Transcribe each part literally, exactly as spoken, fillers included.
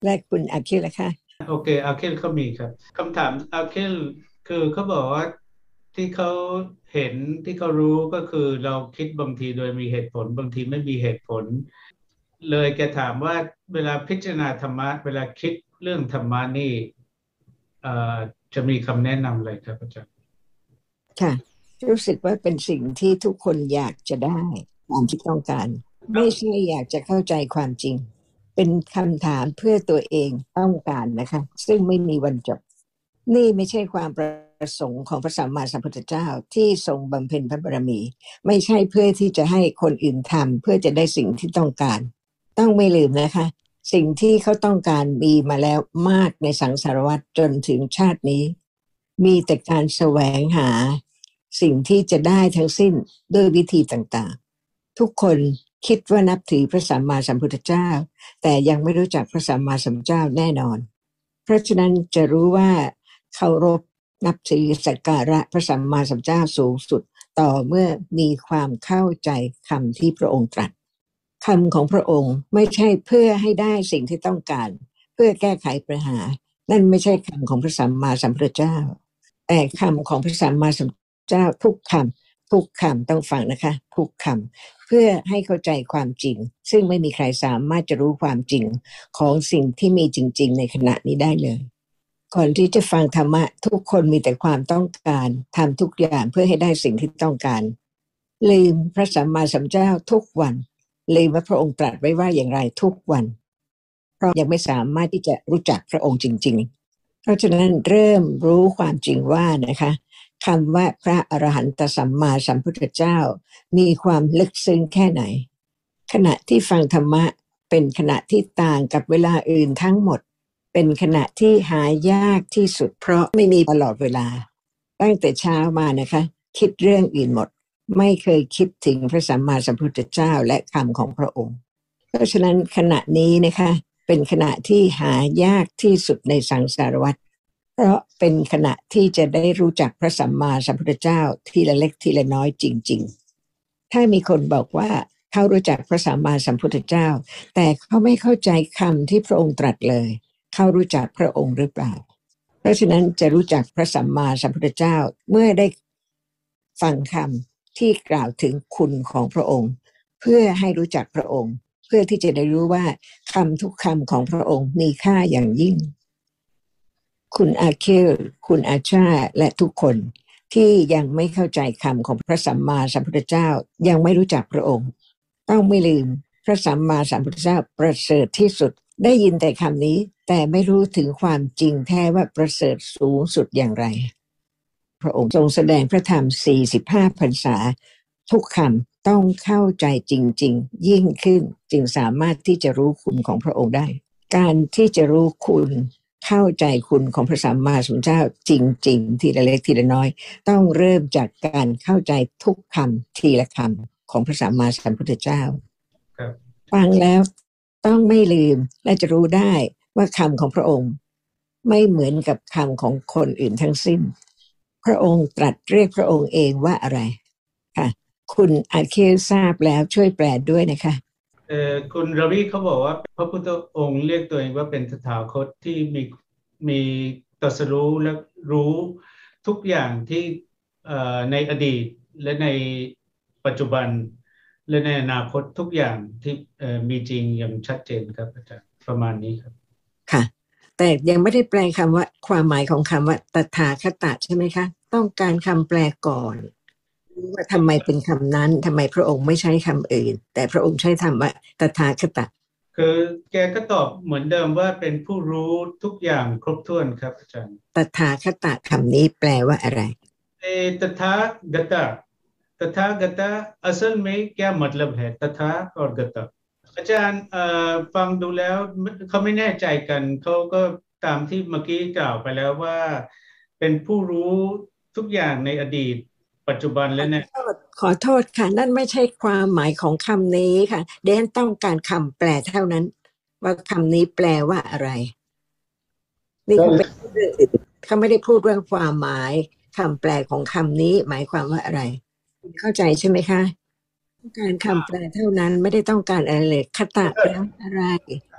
และคุณอาคิละค่ะโอเคอาเคลเขามีครับคำถามอาเคลคือเขาบอกว่าที่เขาเห็นที่เขารู้ก็คือเราคิดบางทีโดยมีเหตุผลบางทีไม่มีเหตุผลเลยแกถามว่าเวลาพิจารณาธรรมะเวลาคิดเรื่องธรรมะนี่เอ่อจะมีคำแนะนำอะไรครับอาจารย์ค่ะรู้สึกว่าเป็นสิ่งที่ทุกคนอยากจะได้ตามที่ต้องการไม่ใช่อยากจะเข้าใจความจริงเป็นคำถามเพื่อตัวเองต้องการนะคะซึ่งไม่มีวันจบนี่ไม่ใช่ความประสงค์ของพระสัมมาสัมพุทธเจ้าที่ทรงบำเพ็ญพระบารมีไม่ใช่เพื่อที่จะให้คนอื่นทำเพื่อจะได้สิ่งที่ต้องการต้องไม่ลืมนะคะสิ่งที่เขาต้องการมีมาแล้วมากในสังสารวัฏจนถึงชาตินี้มีแต่การแสวงหาสิ่งที่จะได้ทั้งสิ้นด้วยวิธีต่างๆทุกคนคิดว่านับถือพระสัมมาสัมพุทธเจ้าแต่ยังไม่รู้จักพระสัมมาสัมพุทธเจ้าแน่นอนเพราะฉะนั้นจะรู้ว่าเคารพนับถือสักการะพระสัมมาสัมพุทธเจ้าสูงสุดต่อเมื่อมีความเข้าใจคำที่พระองค์ตรัสคำของพระองค์ไม่ใช่เพื่อให้ได้สิ่งที่ต้องการเพื่อแก้ไขปัญหานั่นไม่ใช่คำของพระสัมมาสัมพุทธเจ้าแต่คำของพระสัมมาสัมพุทธเจ้าทุกคำทุกคำต้องฟังนะคะทุกคำเพื่อให้เข้าใจความจริงซึ่งไม่มีใครสามารถจะรู้ความจริงของสิ่งที่มีจริงๆในขณะนี้ได้เลยก่อนที่จะฟังธรรมะทุกคนมีแต่ความต้องการทำทุกอย่างเพื่อให้ได้สิ่งที่ต้องการลืมพระสัมมาสัมพุทธเจ้าทุกวันลืมว่าพระองค์ตรัสไว้ว่าอย่างไรทุกวันเพราะยังไม่สามารถที่จะรู้จักพระองค์จริงๆเพราะฉะนั้นเริ่มรู้ความจริงว่านะคะคำว่าพระอรหันตสัมมาสัมพุทธเจ้ามีความลึกซึ้งแค่ไหนขณะที่ฟังธรรมะเป็นขณะที่ต่างกับเวลาอื่นทั้งหมดเป็นขณะที่หายากที่สุดเพราะไม่มีตลอดเวลาตั้งแต่เช้ามานะคะคิดเรื่องอื่นหมดไม่เคยคิดถึงพระสัมมาสัมพุทธเจ้าและคำของพระองค์เพราะฉะนั้นขณะนี้นะคะเป็นขณะที่หายากที่สุดในสังสารวัฏเพราะเป็นขณะที่จะได้รู้จักพระสัมมาสัมพุทธเจ้าทีละเล็กทีละน้อยจริงๆถ้ามีคนบอกว่าเขารู้จักพระสัมมาสัมพุทธเจ้าแต่เขาไม่เข้าใจคำที่พระองค์ตรัสเลยเขารู้จักพระองค์หรือเปล่าเพราะฉะนั้นจะรู้จักพระสัมมาสัมพุทธเจ้าเมื่อได้ฟังคำที่กล่าวถึงคุณของพระองค์เพื่อให้รู้จักพระองค์เพื่อที่จะได้รู้ว่าคำทุกคำของพระองค์มีค่าอย่างยิ่งคุณอาเคลคุณอาชาและทุกคนที่ยังไม่เข้าใจคำของพระสัมมาสัมพุทธเจ้ายังไม่รู้จักพระองค์ต้องไม่ลืมพระสัมมาสัมพุทธเจ้าประเสริฐที่สุดได้ยินแต่คำนี้แต่ไม่รู้ถึงความจริงแท้ว่าประเสริฐสูงสุดอย่างไรพระองค์ทรงแสดงพระธรรมสี่สิบห้าพรรษาทุกคำต้องเข้าใจจริงๆยิ่งขึ้นจึงสามารถที่จะรู้คุณของพระองค์ได้การที่จะรู้คุณเข้าใจคุณของพระสัมมาสัมพุทธเจ้าจริงๆทีละเล็กทีละน้อยต้องเริ่มจากการเข้าใจทุกคำทีละคำของพระสัมมาสัมพุทธเจ้าฟังแล้วต้องไม่ลืมและจะรู้ได้ว่าคำของพระองค์ไม่เหมือนกับคำของคนอื่นทั้งสิ้นพระองค์ตรัสเรียกพระองค์เองว่าอะไรค่ะคุณอาเคลทราบแล้วช่วยแปลด้วยนะคะเอ่อคุณรวีเขาบอกว่าพระพุทธองค์เรียกตัวเองว่าเป็นตถาคตที่มีมีตรัสรู้และรู้ทุกอย่างที่เอ่อในอดีตและในปัจจุบันและในอนาคตทุกอย่างที่เอ่อมีจริงอย่างชัดเจนครับอาจารย์ประมาณนี้ครับค่ะแต่ยังไม่ได้แปลคำว่าความหมายของคำว่าตถาคตใช่ไหมคะต้องการคำแปลก่อนว่าทำไมเป็นคำนั้นทำไมพระองค์ไม่ใช้คำอื่นแต่พระองค์ใช้คำว่าตถาคตคือแกก็ตอบเหมือนเดิมว่าเป็นผู้รู้ทุกอย่างครบถ้วนครับอาจารย์ตถาคตคำนี้แปลว่าอะไรเอतथा गता तथा गता असल में क्या मतलब है तथा और गताอาจารย์เอ่อฟังดูแล้วเขาไม่แน่ใจกันเขาก็ตามที่เมื่อกี้กล่าวไปแล้วว่าเป็นผู้รู้ทุกอย่างในอดีตปัจจุบันและในขอโทษค่ะนั่นไม่ใช่ความหมายของคำนี้ค่ะเดนต้องการคำแปลเท่านั้นว่าคำนี้แปลว่าอะไรนี่เขาเป็นเขาไม่ได้พูดเรื่องความหมายคำแปลของคำนี้หมายความว่าอะไรเข้าใจใช่ไหมคะต้องการคำแปลเท่านั้นไม่ได้ต้องการอะไรเลยคตะแปลว่าอะไร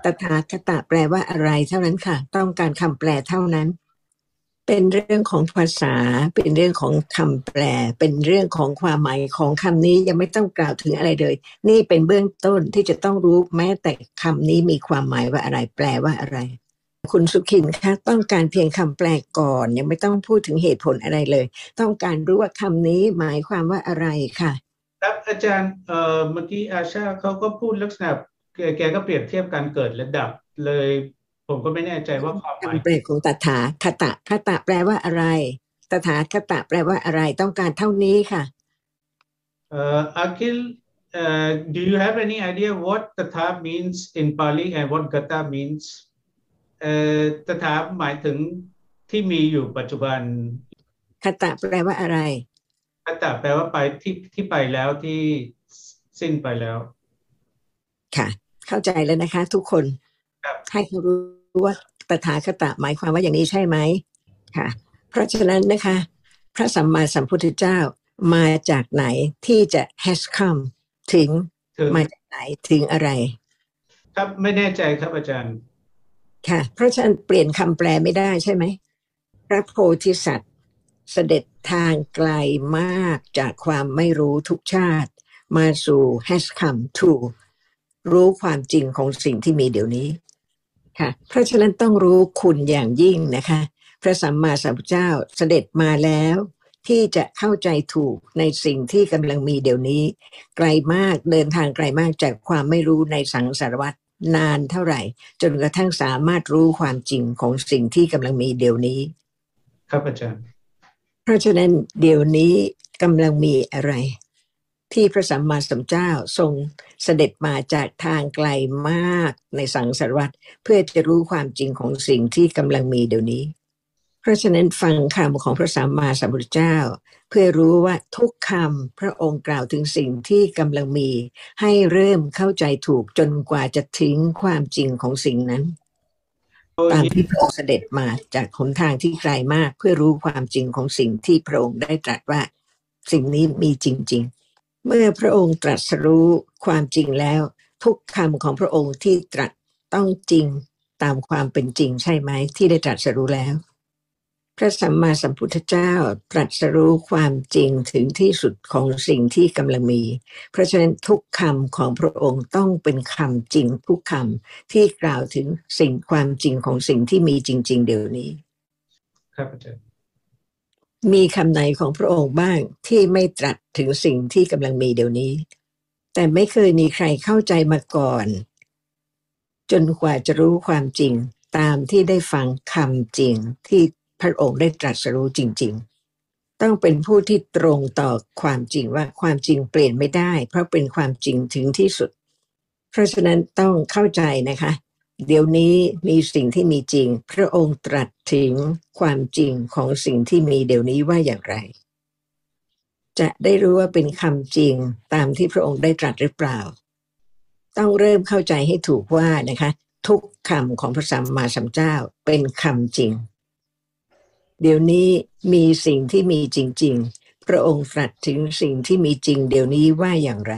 ตถาคตแปลว่าอะไรเท่านั้นค่ะต้องการคำแปลเท่านั้นเป็นเรื่องของภาษาเป็นเรื่องของคำแปลเป็นเรื่องของความหมายของคำนี้ยังไม่ต้องกล่าวถึงอะไรเลยนี่เป็นเบื้องต้นที่จะต้องรู้แม้แต่คำนี้มีความหมายว่าอะไรแปลว่าอะไรคุณสุขินคะต้องการเพียงคำแปลก่อนยังไม่ต้องพูดถึงเหตุผลอะไรเลยต้องการรู้ว่าคำนี้หมายความว่าอะไรค่ะครับอาจารย์เอ่อเมื่อกี้อาชาเขาก็พูดลักษณะแกแกก็เปรียบเทียบการเกิดและดับเลยผมก็ไม่แน่ใจว่าความหมายคำแปลของตถาคตคตแปลว่าอะไรตถาคตแปลว่าอะไรต้องการเท่านี้ค่ะเอ่อ Akhil uh, do you have any idea what Tatha means in Pali and what Gata means เอ่อตถาหมายถึงที่มีอยู่ปัจจุบันคตแปลว่าอะไรกตะแปลว่าไปที่ที่ไปแล้วที่สิ้นไปแล้วค่ะเข้าใจแล้วนะคะทุกคนครับให้เขารู้ว่าตถาคตหมายความว่าอย่างนี้ใช่ไหมค่ะเพราะฉะนั้นนะคะพระสัมมาสัมพุทธเจ้ามาจากไหนที่จะ has come ถึงถึงมาจากไหนถึงอะไรครับไม่แน่ใจครับอาจารย์ค่ะเพราะฉะนั้นเปลี่ยนคำแปลไม่ได้ใช่ไหมพระโพธิสัตว์เสด็จทางไกลมากจากความไม่รู้ทุกชาติมาสู่ has come to รู้ความจริงของสิ่งที่มีเดี๋ยวนี้ค่ะเพราะฉะนั้นต้องรู้คุณอย่างยิ่งนะคะพระสัมมาสัมพุทธเจ้าเสด็จมาแล้วที่จะเข้าใจถูกในสิ่งที่กำลังมีเดี๋ยวนี้ไกลมากเดินทางไกลมากจากความไม่รู้ในสังสารวัฏนานเท่าไหร่จนกระทั่งสามารถรู้ความจริงของสิ่งที่กำลังมีเดี๋ยวนี้ครับอาจารย์เพราะฉะนั้นเดี๋ยวนี้กำลังมีอะไรที่พระสัมมาสัมพุทธเจ้าทรงเสด็จมาจากทางไกลมากในสังสารวัฏเพื่อจะรู้ความจริงของสิ่งที่กำลังมีเดี๋ยวนี้เพราะฉะนั้นฟังคำของพระสัมมาสัมพุทธเจ้าเพื่อรู้ว่าทุกคำพระองค์กล่าวถึงสิ่งที่กำลังมีให้เริ่มเข้าใจถูกจนกว่าจะถึงความจริงของสิ่งนั้นตามที่พระองค์เสด็จมาจากหนทางที่ไกลมากเพื่อรู้ความจริงของสิ่งที่พระองค์ได้ตรัสว่าสิ่งนี้มีจริงๆเมื่อพระองค์ตรัสรู้ความจริงแล้วทุกคำของพระองค์ที่ตรัสต้องจริงตามความเป็นจริงใช่ไหมที่ได้ตรัสรู้แล้วพระสัมมาสัมพุทธเจ้าตรัสรู้ความจริงถึงที่สุดของสิ่งที่กำลังมีเพราะฉะนั้นทุกคำของพระองค์ต้องเป็นคำจริงทุกคำที่กล่าวถึงสิ่งความจริงของสิ่งที่มีจริงๆเดี๋ยวนี้ครับอาจารย์มีคำไหนของพระองค์บ้างที่ไม่ตรัสถึงสิ่งที่กำลังมีเดี๋ยวนี้แต่ไม่เคยมีใครเข้าใจมาก่อนจนกว่าจะรู้ความจริงตามที่ได้ฟังคำจริงที่พระองค์ได้ตรัสรู้จริงๆต้องเป็นผู้ที่ตรงต่อความจริงว่าความจริงเปลี่ยนไม่ได้เพราะเป็นความจริงถึงที่สุดเพราะฉะนั้นต้องเข้าใจนะคะเดี๋ยวนี้มีสิ่งที่มีจริงพระองค์ตรัสถึงความจริงของสิ่งที่มีเดี๋ยวนี้ว่าอย่างไรจะได้รู้ว่าเป็นคำจริงตามที่พระองค์ได้ตรัสหรือเปล่าต้องเริ่มเข้าใจให้ถูกว่านะคะทุกคำของพระสัมมาสัมพุทธเจ้าเป็นคำจริงเดี๋ยวนี้มีสิ่งที่มีจริงๆพระองค์ตรัสถึงสิ่งที่มีจริงเดี๋ยวนี้ว่าอย่างไร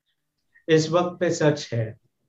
इस वक्त पे सच है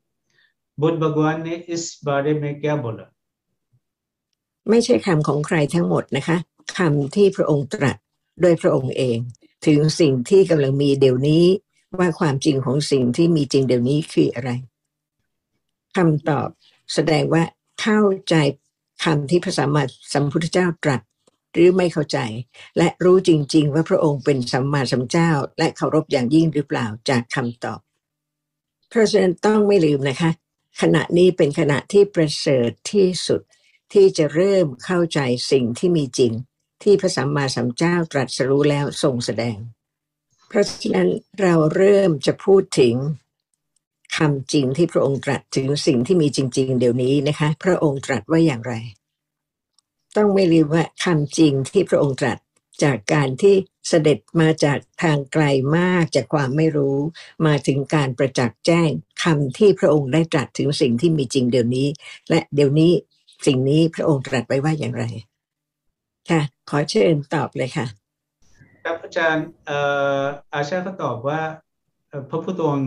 बुद्ध भगवान ने इस बारे में क्या बोला ไม่ใช่คำของใครทั้งหมดนะคะคำที่พระองค์ตรัสโดยพระองค์เองถึงสิ่งที่กำลังมีเดี๋ยวนี้ว่าความจริงของสิ่งที่มีจริงเดี๋ยวนี้คืออะไรคำตอบแสดงว่าเข้าใจคำที่พระสัมมาสัมพุทธเจ้าตรัสหรือไม่เข้าใจและรู้จริงๆว่าพระองค์เป็นสัมมาสัมพุทธเจ้าและเคารพอย่างยิ่งหรือเปล่าจากคำตอบเพราะฉะนั้นต้องไม่ลืมนะคะขณะนี้เป็นขณะที่ประเสริฐที่สุดที่จะเริ่มเข้าใจสิ่งที่มีจริงที่พระสัมมาสัมพุทธเจ้าตรัสรู้แล้วทรงแสดงเพราะฉะนั้นเราเริ่มจะพูดถึงคำจริงที่พระองค์ตรัสถึงสิ่งที่มีจริงๆเดี๋ยวนี้นะคะพระองค์ตรัสว่าอย่างไรต้องไม่ลืมว่าคำจริงที่พระองค์ตรัสจากการที่เสด็จมาจากทางไกลมากจากความไม่รู้มาถึงการประจักษ์แจ้งคำที่พระองค์ได้ตรัสถึงสิ่งที่มีจริงเดี๋ยวนี้และเดี๋ยวนี้สิ่งนี้พระองค์ตรัสไว้ว่าอย่างไรค่ะขอเชิญตอบเลยค่ะครับอาจารย์เอ่ออาชาก็ตอบว่าพระพุทธองค์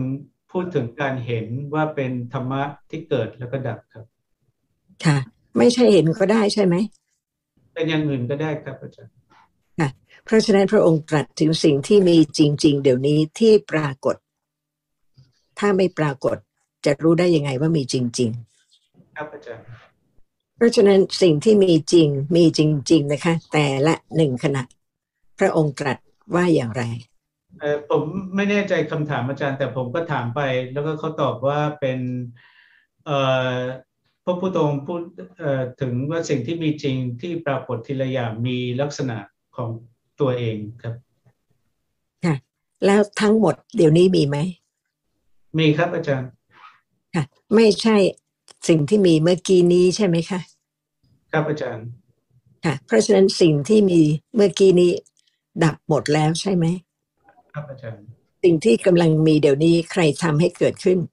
พูดถึงการเห็นว่าเป็นธรรมะที่เกิดแล้วก็ดับครับค่ะไม่ใช่เห็นก็ได้ใช่ไหมเป็นอย่างอื่นก็ได้ครับอาจารย์ค่ะเพราะฉะนั้นพระองค์ตรัสถึงสิ่งที่มีจริงๆเดี๋ยวนี้ที่ปรากฏถ้าไม่ปรากฏจะรู้ได้ยังไงว่ามีจริงๆครับอาจารย์เพราะฉะนั้นสิ่งที่มีจริงมีจริงๆนะคะแต่ละหนึ่งขณะพระองค์ตรัสว่าอย่างไรเออผมไม่แน่ใจคำถามอาจารย์แต่ผมก็ถามไปแล้วก็เขาตอบว่าเป็นเอ่อพระพุทธองค์พูดเอ่อถึงว่าสิ่งที่มีจริงที่ปรากฏทีละอย่างมีลักษณะของตัวเองครับค่ะแล้วทั้งหมดเดี๋ยวนี้มีไหมมีครับอาจารย์ค่ะไม่ใช่สิ่งที่มีเมื่อกี้นี้ใช่ไหมคะครับอาจารย์ค่ะเพราะฉะนั้นสิ่งที่มีเมื่อกี้นี้ดับหมดแล้วใช่ไหมครับอาจารย์สิ่งที่กำลังมีเดี๋ยวนี้ใครทำให้เกิดขึ้น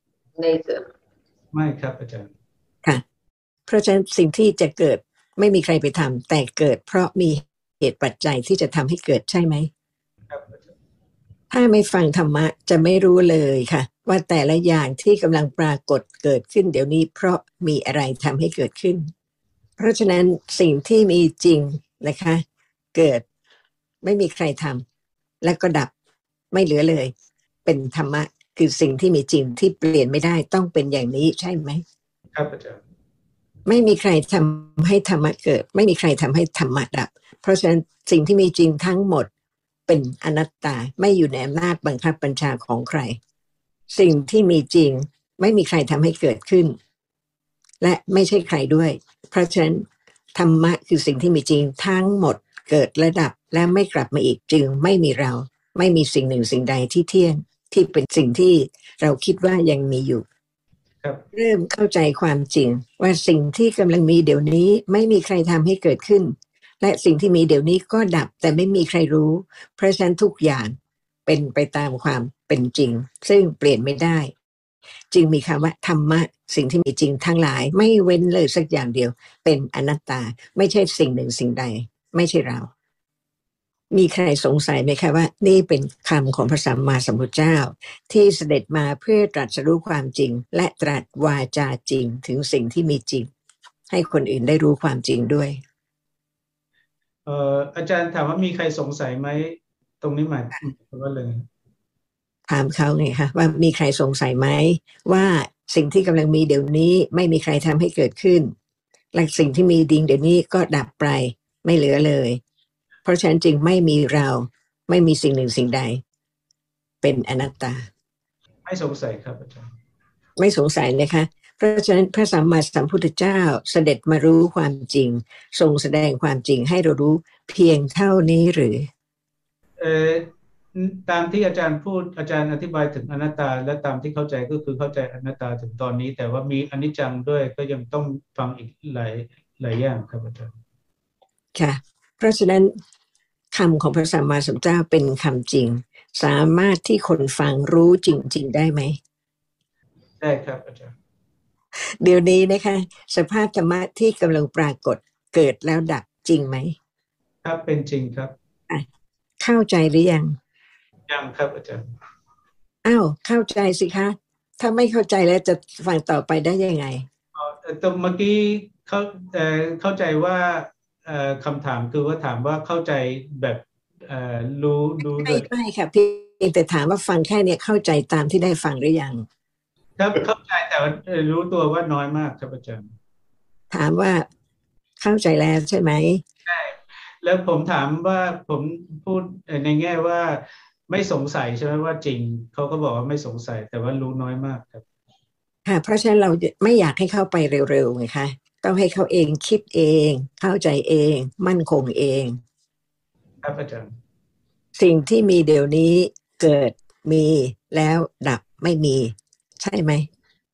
ไม่ครับอาจารย์ค่ะเพราะฉะนั้นสิ่งที่จะเกิดไม่มีใครไปทำแต่เกิดเพราะมีเหตุปัจจัยที่จะทำให้เกิดใช่ไหมครับอาจารย์ถ้าไม่ฟังธรรมะจะไม่รู้เลยค่ะว่าแต่ละอย่างที่กำลังปรากฏเกิดขึ้นเดี๋ยวนี้เพราะมีอะไรทำให้เกิดขึ้นเพราะฉะนั้นสิ่งที่มีจริงนะคะเกิดไม่มีใครทำแล้วก็ดับไม่เหลือเลยเป็นธรรมะคือสิ่งที่มีจริงที่เปลี่ยนไม่ได้ต้องเป็นอย่างนี้ใช่ไหมครับอาจารย์ไม่มีใครทำให้ธรรมะเกิดไม่มีใครทำให้ธรรมะดับเพราะฉะนั้นสิ่งที่มีจริงทั้งหมดเป็นอนัตตาไม่อยู่ในอำนาจบังคับบัญชาของใครสิ่งที่มีจริงไม่มีใครทำให้เกิดขึ้นและไม่ใช่ใครด้วยเพราะฉะนั้นธรรมะคือสิ่งที่มีจริงทั้งหมดเกิดและดับและไม่กลับมาอีกจึงไม่มีเราไม่มีสิ่งหนึ่งสิ่งใดที่เที่ยงที่เป็นสิ่งที่เราคิดว่ายังมีอยู่เริ่มเข้าใจความจริงว่าสิ่งที่กำลังมีเดี๋ยวนี้ไม่มีใครทำให้เกิดขึ้นและสิ่งที่มีเดี๋ยวนี้ก็ดับแต่ไม่มีใครรู้เพราะฉะนั้นทุกอย่างเป็นไปตามความเป็นจริงซึ่งเปลี่ยนไม่ได้จึงมีคำว่าธรรมะสิ่งที่มีจริงทั้งหลายไม่เว้นเลยสักอย่างเดียวเป็นอนัตตาไม่ใช่สิ่งหนึ่งสิ่งใดไม่ใช่เรามีใครสงสัยไหมคะว่านี่เป็นคำของพระสัมมาสัมพุทธเจ้าที่เสด็จมาเพื่อตรัสรู้ความจริงและตรัสวาจาจริงถึงสิ่งที่มีจริงให้คนอื่นได้รู้ความจริงด้วยเอ่ออาจารย์ถามว่ามีใครสงสัยไหมตรงนี้หมายถึงว่าเลยถามเขาไงคะว่ามีใครสงสัยไหมว่าสิ่งที่กำลังมีเดี๋ยวนี้ไม่มีใครทำให้เกิดขึ้นและสิ่งที่มีดิงเดี๋ยวนี้ก็ดับไปไม่เหลือเลยเพราะฉะนั้นจึงไม่มีเราไม่มีสิ่งหนึ่งสิ่งใดเป็นอนัตตาไม่สงสัยครับอาจารย์ไม่สงสัยนะคะเพราะฉะนั้นพระสัมมาสัมพุทธเจ้าเสด็จมารู้ความจริงทรงแสดงความจริงให้เรารู้เพียงเท่านี้หรือเอ่อตามที่อาจารย์พูดอาจารย์อธิบายถึงอนัตตาและตามที่เข้าใจก็คือเข้าใจอนัตตาถึงตอนนี้แต่ว่ามีอนิจจังด้วยก็ยังต้องฟังอีกหลายหลายอย่างครับอาจารย์ค่ะเพราะฉะนั้นคำของพระสัมมาสัมพุทธเจ้าเป็นคำจริงสามารถที่คนฟังรู้จริงๆได้ไหมได้ครับอาจารย์เดี๋ยวนี้นะคะสภาพธรรมะที่กำลังปรากฏเกิดแล้วดับจริงไหมครับเป็นจริงครับเข้าใจหรือยังยังครับอาจารย์อ้าวเข้าใจสิคะถ้าไม่เข้าใจแล้วจะฟังต่อไปได้ยังไงตรงเมื่อกี้เข้าเอ่อเข้าใจว่าเอ่อคำถามคือว่าถามว่าเข้าใจแบบเอ่อรู้รู้โดไม่ยไม่ค่ะพี่แต่ถามว่าฟังแค่นี้เข้าใจตามที่ได้ฟังหรือยังครับเข้าใจแต่ว่ารู้ตัวว่าน้อยมากครับอาจารย์ถามว่าเข้าใจแล้วใช่ไหมใช่แล้วผมถามว่าผมพูดในแง่ว่าไม่สงสัยใช่ไหมว่าจริงเขาก็บอกว่าไม่สงสัยแต่ว่ารู้น้อยมากครับค่ะเพราะฉะนั้นเราไม่อยากให้เข้าไปเร็วๆไงคะต้องให้เขาเองคิดเองเข้าใจเองมั่นคงเองครับอาจารย์สิ่งที่มีเดี๋ยวนี้เกิดมีแล้วดับไม่มีใช่ไหม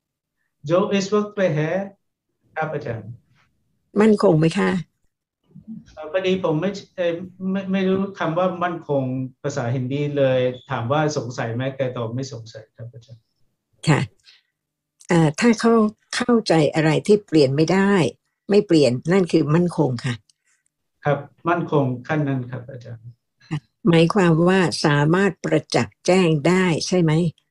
जो इस वक्त पे है ครับอาจารย์มั่นคงไหมคะพอดีผมไม่ไม่ไม่รู้คำว่ามั่นคงภาษาฮินดีเลยถามว่าสงสัยไหมแกตอบไม่สงสัยครับอาจารย์ค่ะอ่าถ้าเขาเข้าใจอะไรที่เปลี่ยนไม่ได้ไม่เปลี่ยนนั่นคือมั่นคงค่ะครับมั่นคงขั้นนั้นครับอาจารย์หมายความว่าสามารถประจักษ์แจ้งได้ใช่ไหม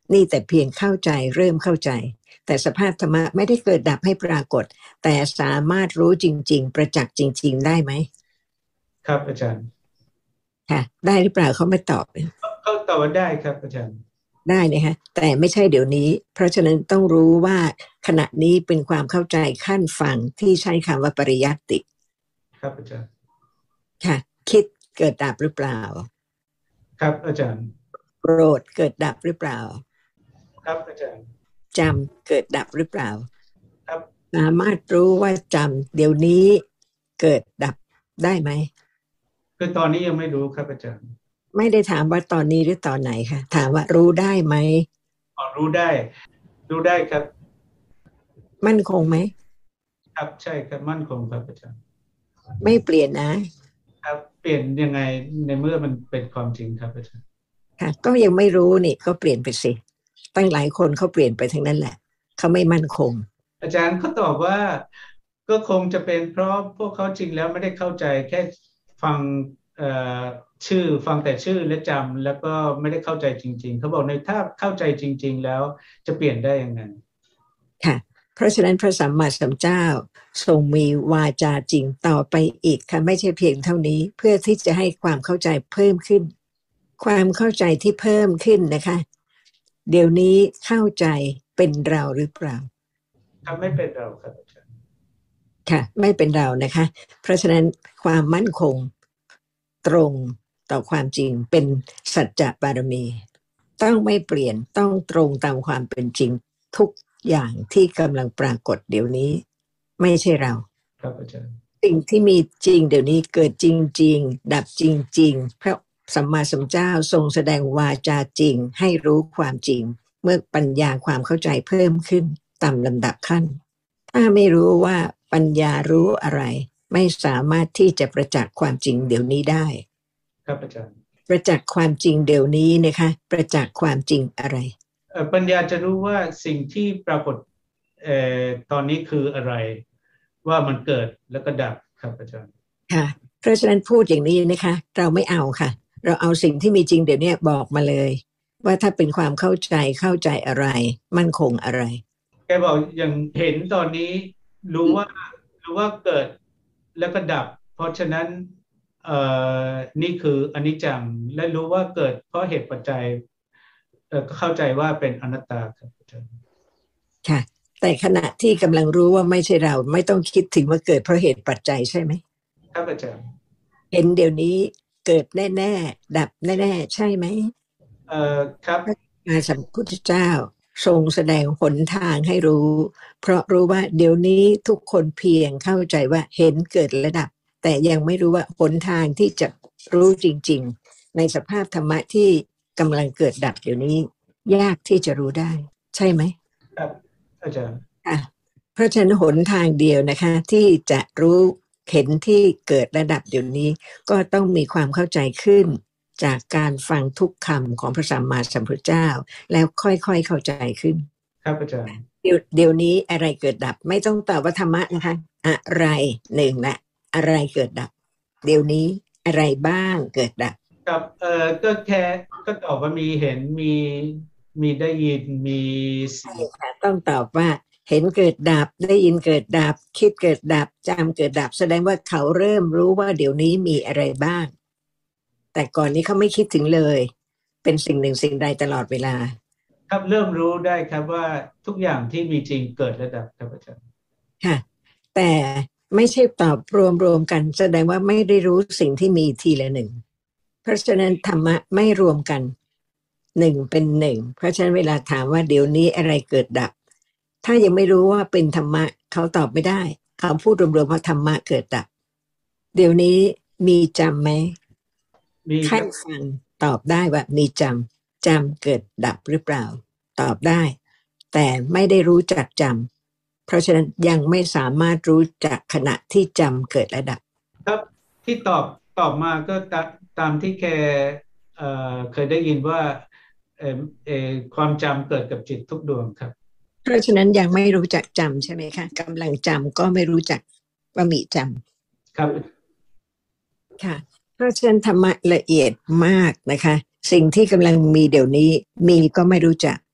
นี่แต่เพียงเข้าใจเริ่มเข้าใจแต่สภาพธรรมะไม่ได้เกิดดับให้ปรากฏแต่สามารถรู้จริงๆประจักษ์จริงๆได้ไหมครับอาจารย์ค่ะได้หรือเปล่าเขาไม่ตอบเขาตอบว่าได้ครับอาจารย์ได้นะคะแต่ไม่ใช่เดี๋ยวนี้เพราะฉะนั้นต้องรู้ว่าขณะนี้เป็นความเข้าใจขั้นฝั่งที่ใช้คำว่าปริยัติครับอาจารย์ค่ะคิดเกิดดับหรือเปล่าครับอาจารย์โกรธเกิดดับหรือเปล่าครับอาจารย์จำเกิดดับหรือเปล่าครับสามารถรู้ว่าจำเดี๋ยวนี้เกิดดับได้ไหมคือตอนนี้ยังไม่รู้ครับอาจารย์ไม่ได้ถามว่าตอนนี้หรือตอนไหนค่ะถามว่ารู้ได้ไหมอ๋อรู้ได้รู้ได้ครับมั่นคงไหมครับใช่ครับมั่นคงครับอาจารย์ไม่เปลี่ยนนะครับเปลี่ยนยังไงในเมื่อมันเป็นความจริงครับอาจารย์ค่ะก็ยังไม่รู้นี่ก็เปลี่ยนไปสิตั้งหลายคนเขาเปลี่ยนไปทั้งนั้นแหละเขาไม่มั่นคงอาจารย์เขาตอบว่าก็คงจะเป็นเพราะพวกเขาจริงแล้วไม่ได้เข้าใจแค่ฟังเอ่อชื่อฟังแต่ชื่อและจำแล้วก็ไม่ได้เข้าใจจริงๆเขาบอกในถ้าเข้าใจจริงๆแล้วจะเปลี่ยนได้ยังไงค่ะเพราะฉะนั้นพระสัมมาสัมพุทธเจ้าทรงมีวาจาจริงต่อไปอีกค่ะไม่ใช่เพียงเท่านี้เพื่อที่จะให้ความเข้าใจเพิ่มขึ้นความเข้าใจที่เพิ่มขึ้นนะคะเดี๋ยวนี้เข้าใจเป็นเราหรือเปล่าทำไม่เป็นเราครับอาจารย์ค่ะไม่เป็นเรานะคะเพราะฉะนั้นความมั่นคงตรงต่อความจริงเป็นสัจจะบารมีต้องไม่เปลี่ยนต้องตรงตามความเป็นจริงทุกอย่างที่กำลังปรากฏเดี๋ยวนี้ไม่ใช่เราครับอาจารย์สิ่งที่มีจริงเดี๋ยวนี้เกิดจริงๆดับจริงๆพระสัมมาสัมพุทธเจ้าทรงแสดงวาจาจริงให้รู้ความจริงเมื่อปัญญาความเข้าใจเพิ่มขึ้นตามลำดับขั้นถ้าไม่รู้ว่าปัญญารู้อะไรไม่สามารถที่จะประจักษ์ความจริงเดี๋ยวนี้ได้ครับอาจารย์ประจักษ์ความจริงเดี๋ยวนี้นะคะประจักษ์ความจริงอะไรปัญญาจะรู้ว่าสิ่งที่ปรากฏเอ่อตอนนี้คืออะไรว่ามันเกิดแล้วก็ดับครับอาจารย์ค่ะเพราะฉะนั้นพูดอย่างนี้นะคะเราไม่เอาค่ะเราเอาสิ่งที่มีจริงเดี๋ยวนี้บอกมาเลยว่าถ้าเป็นความเข้าใจเข้าใจอะไรมั่นคงอะไรแกบอกอย่างเห็นตอนนี้รู้ว่ารู้ว่าเกิดแล้วก็ดับเพราะฉะนั้นเอ่อนี่คืออนิจจังและรู้ว่าเกิดเพราะเหตุปัจจัยเอ่อก็เข้าใจว่าเป็นอนัตตาครับอาจารย์ค่ะแต่ขณะที่กำลังรู้ว่าไม่ใช่เราไม่ต้องคิดถึงว่าเกิดเพราะเหตุปัจจัยใช่ไหมครับอาจารย์เห็นเดี๋ยวนี้เกิดแน่ๆดับแน่ๆใช่ไหมเอ่อครับพระสัมมาสัมพุทธเจ้าทรงแสดงหนทางให้รู้เพราะรู้ว่าเดี๋ยวนี้ทุกคนเพียงเข้าใจว่าเห็นเกิดและดับแต่ยังไม่รู้ว่าหนทางที่จะรู้จริงๆในสภาพธรรมะที่กำลังเกิดดับเดี๋ยวนี้ยากที่จะรู้ได้ใช่ไหมครับอาจารย์ค่ะเพราะฉะนั้นหนทางเดียวนะคะที่จะรู้เห็นที่เกิดระดับเดี๋ยวนี้ก็ต้องมีความเข้าใจขึ้นจากการฟังทุกคำของพระสัมมาสัมพุทธเจ้าแล้วค่อยๆเข้าใจขึ้นครับอาจารย์เดี๋ยวเดี๋ยวนี้อะไรเกิดดับไม่ต้องตอบว่าธรรมะนะคะอะไรหนึ่งละอะไรเกิดดับเดี๋ยวนี้อะไรบ้างเกิดดับครับเอ่อก็แค่ก็ตอบว่ามีเห็นมีมีได้ยินมีเสียงต้องตอบว่าเห็นเกิดดับได้ยินเกิดดับคิดเกิดดับจำเกิดดับแสดงว่าเขาเริ่มรู้ว่าเดี๋ยวนี้มีอะไรบ้างแต่ก่อนนี้เขาไม่คิดถึงเลยเป็นสิ่งหนึ่งสิ่งใดตลอดเวลาครับเริ่มรู้ได้ครับว่าทุกอย่างที่มีจริงเกิดและดับครับอาจารย์ค่ะแต่ไม่ใช่ตอบรวมๆกันแสดงว่าไม่ได้รู้สิ่งที่มีทีละหนึ่งเพราะฉะนั้นธรรมะไม่รวมกันหนึ่งเป็นหนึ่งเพราะฉะนั้นเวลาถามว่าเดี๋ยวนี้อะไรเกิดดับถ้ายังไม่รู้ว่าเป็นธรรมะเขาตอบไม่ได้เขาพูดรวมๆว่าธรรมะเกิดดับเดี๋ยวนี้มีจำไหมมีขั้นฟังตอบได้ว่ามีจำจำเกิดดับหรือเปล่าตอบได้แต่ไม่ได้รู้จักจำเพราะฉะนั้นยังไม่สามารถรู้จักขณะที่จำเกิดและดับครับที่ตอบตอบมาก็ตาตามที่แกเอ่อเคยได้ยินว่าเอ่อเอ่อความจำเกิดกับจิตทุกดวงครับเพราะฉะนั้นยังไม่รู้จักจำใช่ไหมคะกำลังจำก็ไม่รู้จักว่ามีจครับำค่ะเพราะฉะนั้นธรรมะละเอียดมากนะคะสิ่งที่กำลังมีเดี๋ยวนี้มีก็ไม่รู้จัก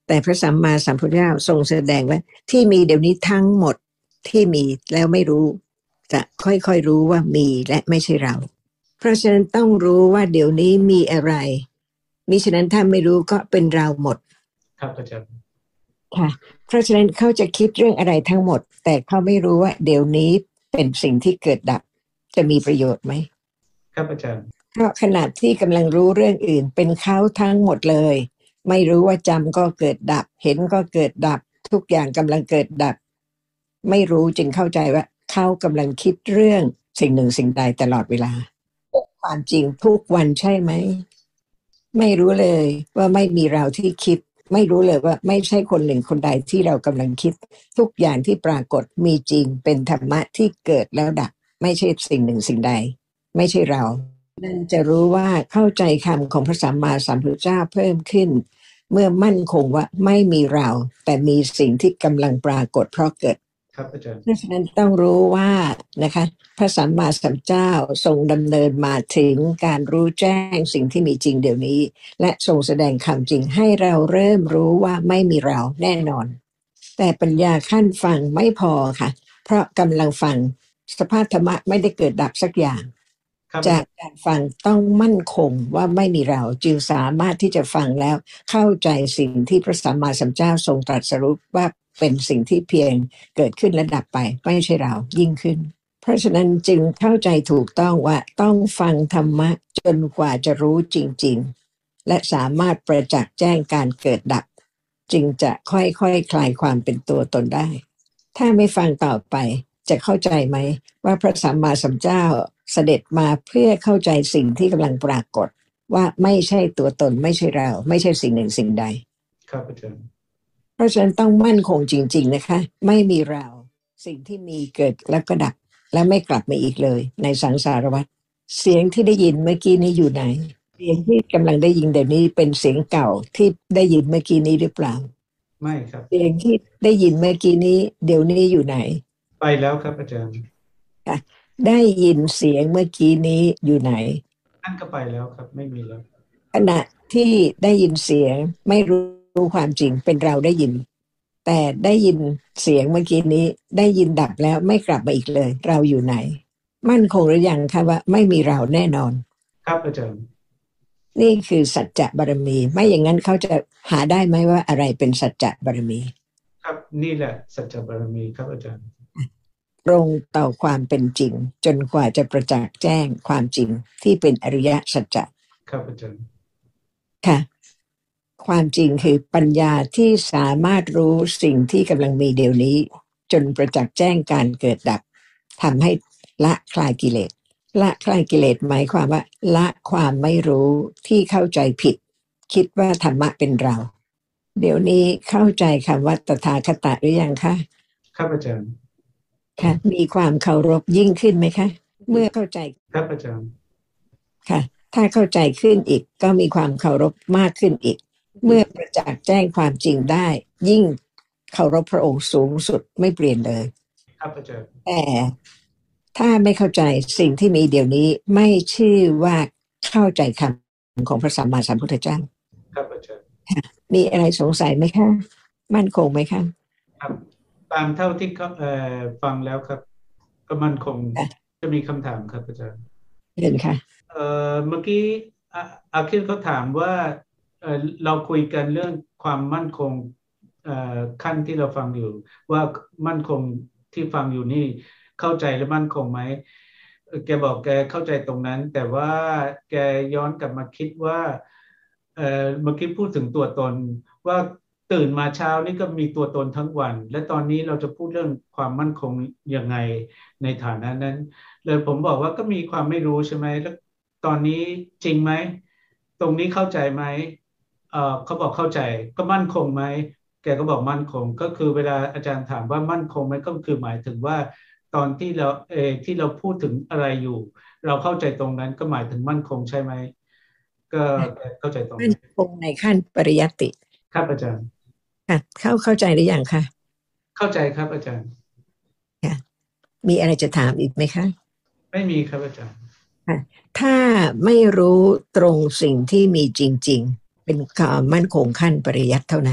แต่พระสัมมาสัมพุทธเจ้าทรงแสดงว่าที่มีเดี๋ยวนี้ทั้งหมดที่มีแล้วไม่รู้จะค่อยๆรู้ว่ามีและไม่ใช่เราเพราะฉะนั้นต้องรู้ว่าเดี๋ยวนี้มีอะไรมิฉะนั้นถ้าไม่รู้ก็เป็นเราหมดครับอาจารย์ค่ะเพราะฉะนั้นเขาจะคิดเรื่องอะไรทั้งหมดแต่เขาไม่รู้ว่าเดี๋ยวนี้เป็นสิ่งที่เกิดดับจะมีประโยชน์ไหมครับอาจารย์เพราะขณะที่กำลังรู้เรื่องอื่นเป็นเขาทั้งหมดเลยไม่รู้ว่าจำก็เกิดดับเห็นก็เกิดดับทุกอย่างกำลังเกิดดับไม่รู้จึงเข้าใจว่าเขากำลังคิดเรื่องสิ่งหนึ่งสิ่งใดตลอดเวลาความจริงทุกวันใช่ไหมไม่รู้เลยว่าไม่มีเราที่คิดไม่รู้เลยว่าไม่ใช่คนหนึ่งคนใดที่เรากำลังคิดทุกอย่างที่ปรากฏมีจริงเป็นธรรมะที่เกิดแล้วดับไม่ใช่สิ่งหนึ่งสิ่งใดไม่ใช่เรานั่นจะรู้ว่าเข้าใจคำของพระสัมมาสัมพุทธเจ้าเพิ่มขึ้นเมื่อมั่นคงว่าไม่มีเราแต่มีสิ่งที่กำลังปรากฏเพราะเกิดครับอาจารย์เพราะฉะนั้นต้องรู้ว่านะคะพระสัมมาสัมพุทธเจ้าทรงดำเนินมาถึงการรู้แจ้งสิ่งที่มีจริงเดี๋ยวนี้และทรงแสดงคำจริงให้เราเริ่มรู้ว่าไม่มีเราแน่นอนแต่ปัญญาขั้นฟังไม่พอค่ะเพราะกำลังฟังสภาพธรรมะไม่ได้เกิดดับสักอย่างจากการฟังต้องมั่นคงว่าไม่มีเราจึงสามารถที่จะฟังแล้วเข้าใจสิ่งที่พระสัมมาสัมพุทธเจ้าทรงตรัสรู้ว่าเป็นสิ่งที่เพียงเกิดขึ้นและดับไปไม่ใช่เรายิ่งขึ้นเพราะฉะนั้นจึงเข้าใจถูกต้องว่าต้องฟังธรรมะจนกว่าจะรู้จริงๆและสามารถประจักษ์แจ้งการเกิดดับจึงจะค่อยๆ ค, คลายความเป็นตัวตนได้ถ้าไม่ฟังต่อไปจะเข้าใจไหมว่าพระสัมมาสัมพุทธเจ้าเสด็จมาเพื่อเข้าใจสิ่งที่กำลังปรากฏว่าไม่ใช่ตัวตนไม่ใช่เราไม่ใช่สิ่งหนึ่งสิ่งใดครับอาจารย์เพราะฉะนั้นต้องมั่นคงจริงๆนะคะไม่มีเราสิ่งที่มีเกิดแล้วก็ดับและไม่กลับมาอีกเลยในสังสารวัฏเสียงที่ได้ยินเมื่อกี้นี้อยู่ไหนเสียงที่กำลังได้ยินเดี๋ยวนี้เป็นเสียงเก่าที่ได้ยินเมื่อกี้นี้หรือเปล่าไม่ครับเสียงที่ได้ยินเมื่อกี้นี้เดี๋ยวนี้อยู่ไหนไปแล้วครับอาจารย์ค่ะได้ยินเสียงเมื่อกี้นี้อยู่ไหนนั่นก็ไปแล้วครับไม่มีแล้วขณะที่ได้ยินเสียงไม่รู้ความจริงเป็นเราได้ยินแต่ได้ยินเสียงเมื่อกี้นี้ได้ยินดับแล้วไม่กลับมาอีกเลยเราอยู่ไหนมั่นคงหรือยังคะว่าไม่มีเราแน่นอนครับอาจารย์นี่คือสัจจะบารมีไม่อย่างนั้นเขาจะหาได้ไหมว่าอะไรเป็นสัจจะบารมีครับนี่แหละสัจจะบารมีครับอาจารย์ตรงต่อความเป็นจริงจนกว่าจะประจักษ์แจ้งความจริงที่เป็นอริยสัจจะครับอาจารย์ค่ะความจริงคือปัญญาที่สามารถรู้สิ่งที่กำลังมีเดี๋ยวนี้จนประจักษ์แจ้งการเกิดดับทำให้ละคลายกิเลสละคลายกิเลสหมายความว่าละความไม่รู้ที่เข้าใจผิดคิดว่าธรรมะเป็นเราเดี๋ยวนี้เข้าใจคำว่าตถาคตหรือยังคะครับอาจารย์ค่ะมีความเคารพยิ่งขึ้นไหมคะเมื่อเข้าใจครับอาจารย์ค่ะถ้าเข้าใจขึ้นอีกก็มีความเคารพมากขึ้นอีกเมื่อประจักษ์แจ้งความจริงได้ยิ่งเคารพพระองค์สูงสุดไม่เปลี่ยนเลยครับอาจารย์แต่ถ้าไม่เข้าใจสิ่งที่มีเดี๋ยวนี้ไม่ชื่อว่าเข้าใจคำของพระสัมมาสัมพุทธเจ้าครับอาจารย์มีอะไรสงสัยไหมคะมั่นคงไหมคะครับตามเท่าที่เขาเอ่อฟังแล้วครับก็มั่นคงจะมีคำถามครับอาจารย์เห็นค่ะเอ่อเมื่อกี้อาคิดเขาถามว่าเอ่อเราคุยกันเรื่องความมั่นคงเอ่อขั้นที่เราฟังอยู่ว่ามั่นคงที่ฟังอยู่นี่เข้าใจและมั่นคงไหมแกบอกแกเข้าใจตรงนั้นแต่ว่าแกย้อนกลับมาคิดว่าเอ่อเมื่อกี้พูดถึงตัวตนว่าตื่นมาเช้านี่ก็มีตัวตนทั้งวันและตอนนี้เราจะพูดเรื่องความมั่นคงยังไงในฐานะนั้นเลยผมบอกว่าก็มีความไม่รู้ใช่ไหมแล้วตอนนี้จริงไหมตรงนี้เข้าใจไหมเอ่อเขาบอกเข้าใจก็มั่นคงไหมแกก็บอกมั่นคงก็คือเวลาอาจารย์ถามว่ามั่นคงไหมก็คือหมายถึงว่าตอนที่เราเออที่เราพูดถึงอะไรอยู่เราเข้าใจตรงนั้นก็หมายถึงมั่นคงใช่ไหมก็เข้าใจตรงมั่นนั้นคงในขั้นปริยัติครับอาจารย์ค่ะเข้าเข้าใจหรือยังคะเข้าใจครับอาจารย์ค่ะมีอะไรจะถามอีกไหมคะไม่มีครับอาจารย์ค่ะถ้าไม่รู้ตรงสิ่งที่มีจริงๆเป็นความมั่นคงขั้นปริยัติเท่านั้น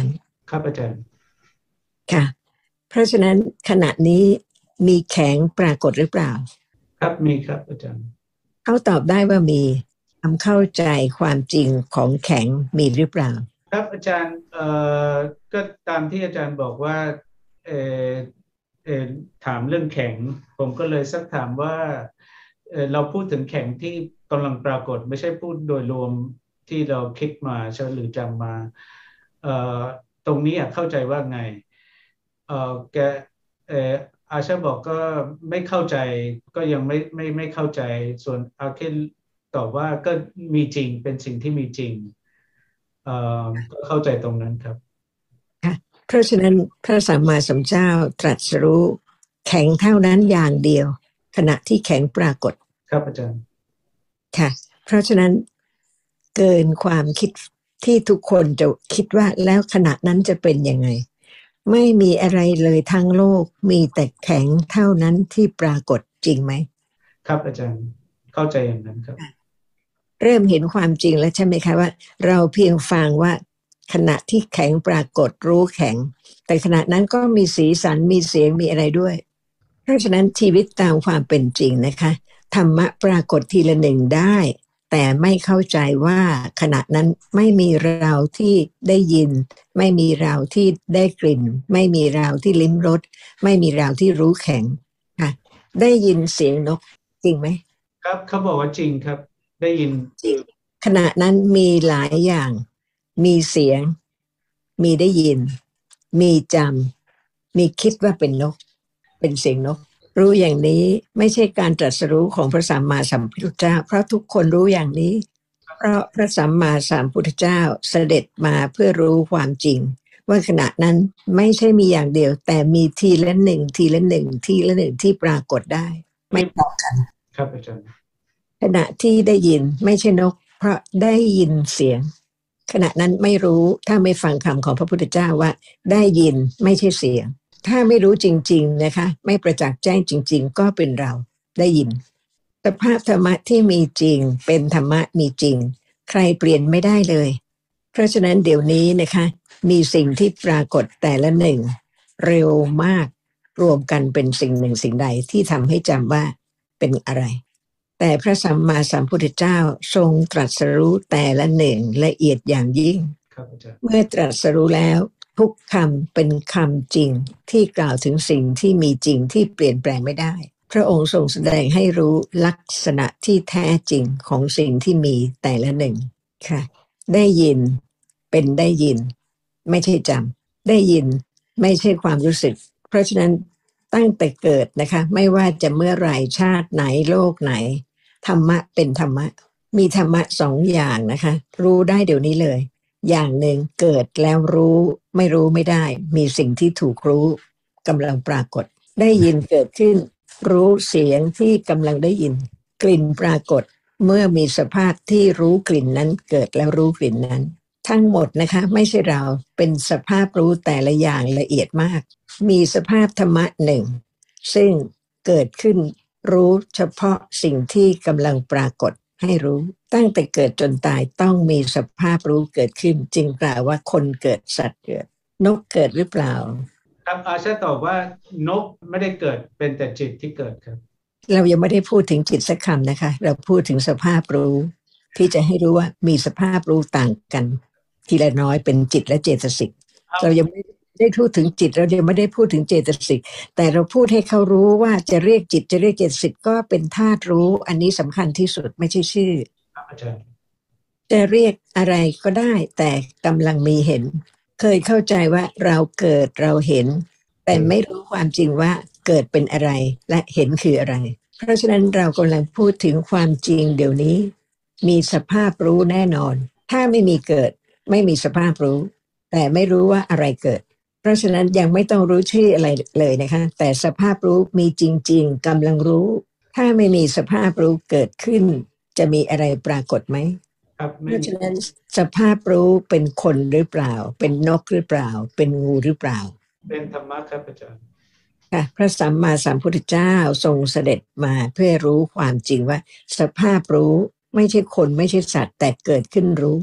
ครับอาจารย์ค่ะเพราะฉะนั้นขณะนี้มีแข็งปรากฏหรือเปล่าครับมีครับอาจารย์เขาตอบได้ว่ามีความเข้าใจความจริงของแข็งมีหรือเปล่าครับอาจารย์เอ่อก็ตามที่อาจารย์บอกว่าเอ่อเอ่อถามเรื่องแข็งผมก็เลยสักถามว่าเอ่อเราพูดถึงแข็งที่กำลังปรากฏไม่ใช่พูดโดยรวมที่เราคิดมาใช่หรือจำมาเอ่อตรงนี้อะเข้าใจว่าไงเอ่อแกเอ่ออาชาบอกก็ไม่เข้าใจก็ยังไม่ไม่ไม่เข้าใจส่วนอาเคนตอบว่าก็มีจริงเป็นสิ่งที่มีจริง เอ่อก็เข้าใจตรงนั้นครับค่ะเพราะฉะนั้นพระสัมมาสัมพุทธเจ้าตรัสรู้แข็งเท่านั้นอย่างเดียวขณะที่แข็งปรากฏครับอาจารย์ค่ะเพราะฉะนั้นเกินความคิดที่ทุกคนจะคิดว่าแล้วขณะนั้นจะเป็นยังไงไม่มีอะไรเลยทั้งโลกมีแต่แข็งเท่านั้นที่ปรากฏจริงไหมครับอาจารย์เข้าใจอย่างนั้นครับเริ่มเห็นความจริงแล้วใช่ไหมคะว่าเราเพียงฟังว่าขณะที่แข็งปรากฏรู้แข็งแต่ขณะนั้นก็มีสีสันมีเสียงมีอะไรด้วยเพราะฉะนั้นชีวิตตามความเป็นจริงนะคะธรรมะปรากฏทีละหนึ่งได้แต่ไม่เข้าใจว่าขณะนั้นไม่มีเราที่ได้ยินไม่มีเราที่ได้กลิ่นไม่มีเราที่ลิ้มรสไม่มีเราที่รู้แข็งค่ะได้ยินเสียงนกจริงไหมครับเขาบอกว่าจริงครับได้ยินจริงขณะนั้นมีหลายอย่างมีเสียงมีได้ยินมีจำมีคิดว่าเป็นนกเป็นเสียงนกรู้อย่างนี้ไม่ใช่การตรัสรู้ของพระสัมมาสัมพุทธเจ้าเพราะทุกคนรู้อย่างนี้เพราะพระสัมมาสัมพุทธเจ้าเสด็จมาเพื่อรู้ความจริงว่าขณะนั้นไม่ใช่มีอย่างเดียวแต่มีทีละหนึ่งทีละหนึ่งทีละหนึ่งที่ปรากฏได้ไม่ต่อกันครับอาจารย์ขณะที่ได้ยินไม่ใช่นกเพราะได้ยินเสียงขณะนั้นไม่รู้ถ้าไม่ฟังคำของพระพุทธเจ้าว่าได้ยินไม่ใช่เสียงถ้าไม่รู้จริงๆนะคะไม่ประจักษ์แจ้งจริงๆก็เป็นเราได้ยินสภาพธรรมะที่มีจริงเป็นธรรมะมีจริงใครเปลี่ยนไม่ได้เลยเพราะฉะนั้นเดี๋ยวนี้นะคะมีสิ่งที่ปรากฏแต่ละหนึ่งเร็วมากรวมกันเป็นสิ่งหนึ่งสิ่งใดที่ทำให้จำว่าเป็นอะไรแต่พระสัมมาสัมพุทธเจ้าทรงตรัสรู้แต่ละหนึ่งละเอียดอย่างยิ่งเมื่อตรัสรู้แล้วทุกคำเป็นคำจริงที่กล่าวถึงสิ่งที่มีจริงที่เปลี่ยนแปลงไม่ได้พระองค์ทรงแสดงให้รู้ลักษณะที่แท้จริงของสิ่งที่มีแต่ละหนึ่งค่ะได้ยินเป็นได้ยินไม่ใช่จำได้ยินไม่ใช่ความรู้สึกเพราะฉะนั้นตั้งแต่เกิดนะคะไม่ว่าจะเมื่อไหร่ชาติไหนโลกไหนธรรมะเป็นธรรมะมีธรรมะสองอย่างนะคะรู้ได้เดี๋ยวนี้เลยอย่างหนึ่งเกิดแล้วรู้ไม่รู้ไม่ได้มีสิ่งที่ถูกรู้กำลังปรากฏได้ยินเกิดขึ้นรู้เสียงที่กำลังได้ยินกลิ่นปรากฏเมื่อมีสภาพที่รู้กลิ่นนั้นเกิดแล้วรู้กลิ่นนั้นทั้งหมดนะคะไม่ใช่เราเป็นสภาพรู้แต่ละอย่างละเอียดมากมีสภาพธรรมะหนึ่งซึ่งเกิดขึ้นรู้เฉพาะสิ่งที่กำลังปรากฏให้รู้ตั้งแต่เกิดจนตายต้องมีสภาพรู้เกิดขึ้นจึงกล่าวว่าคนเกิดสัตว์เกิดนกเกิดหรือเปล่าครับอาชาตอบว่านกไม่ได้เกิดเป็นแต่จิตที่เกิดครับเรายังไม่ได้พูดถึงจิตสักคำนะคะเราพูดถึงสภาพรู้ที่จะให้รู้ว่ามีสภาพรู้ต่างกันทีละน้อยเป็นจิตและเจตสิกเรายังไม่ได้พูดถึงจิตเรายังไม่ได้พูดถึงเจตสิกแต่เราพูดให้เขารู้ว่าจะเรียกจิตจะเรียกเจตสิกก็เป็นธาตุรู้อันนี้สำคัญที่สุดไม่ใช่ชื่ออาจารย์จะเรียกอะไรก็ได้แต่กำลังมีเห็นเคยเข้าใจว่าเราเกิดเราเห็นแต่ไม่รู้ความจริงว่าเกิดเป็นอะไรและเห็นคืออะไรเพราะฉะนั้นเรากำลังพูดถึงความจริงเดี๋ยวนี้มีสภาพรู้แน่นอนถ้าไม่มีเกิดไม่มีสภาพรู้แต่ไม่รู้ว่าอะไรเกิดเพราะฉะนั้นยังไม่ต้องรู้ชื่ออะไรเลยนะคะแต่สภาพรู้มีจริงๆกำลังรู้ถ้าไม่มีสภาพรู้เกิดขึ้นจะมีอะไรปรากฏไหมเพราะฉะนั้นสภาพรู้เป็นคนหรือเปล่าเป็นนกหรือเปล่าเป็นงูหรือเปล่าเป็นธรรมะครับอาจารย์ค่ะพระสัมมาสัมพุทธเจ้าทรงเสด็จมาเพื่อรู้ความจริงว่าสภาพรู้ไม่ใช่คนไม่ใช่สัตว์แต่เกิดขึ้นรู้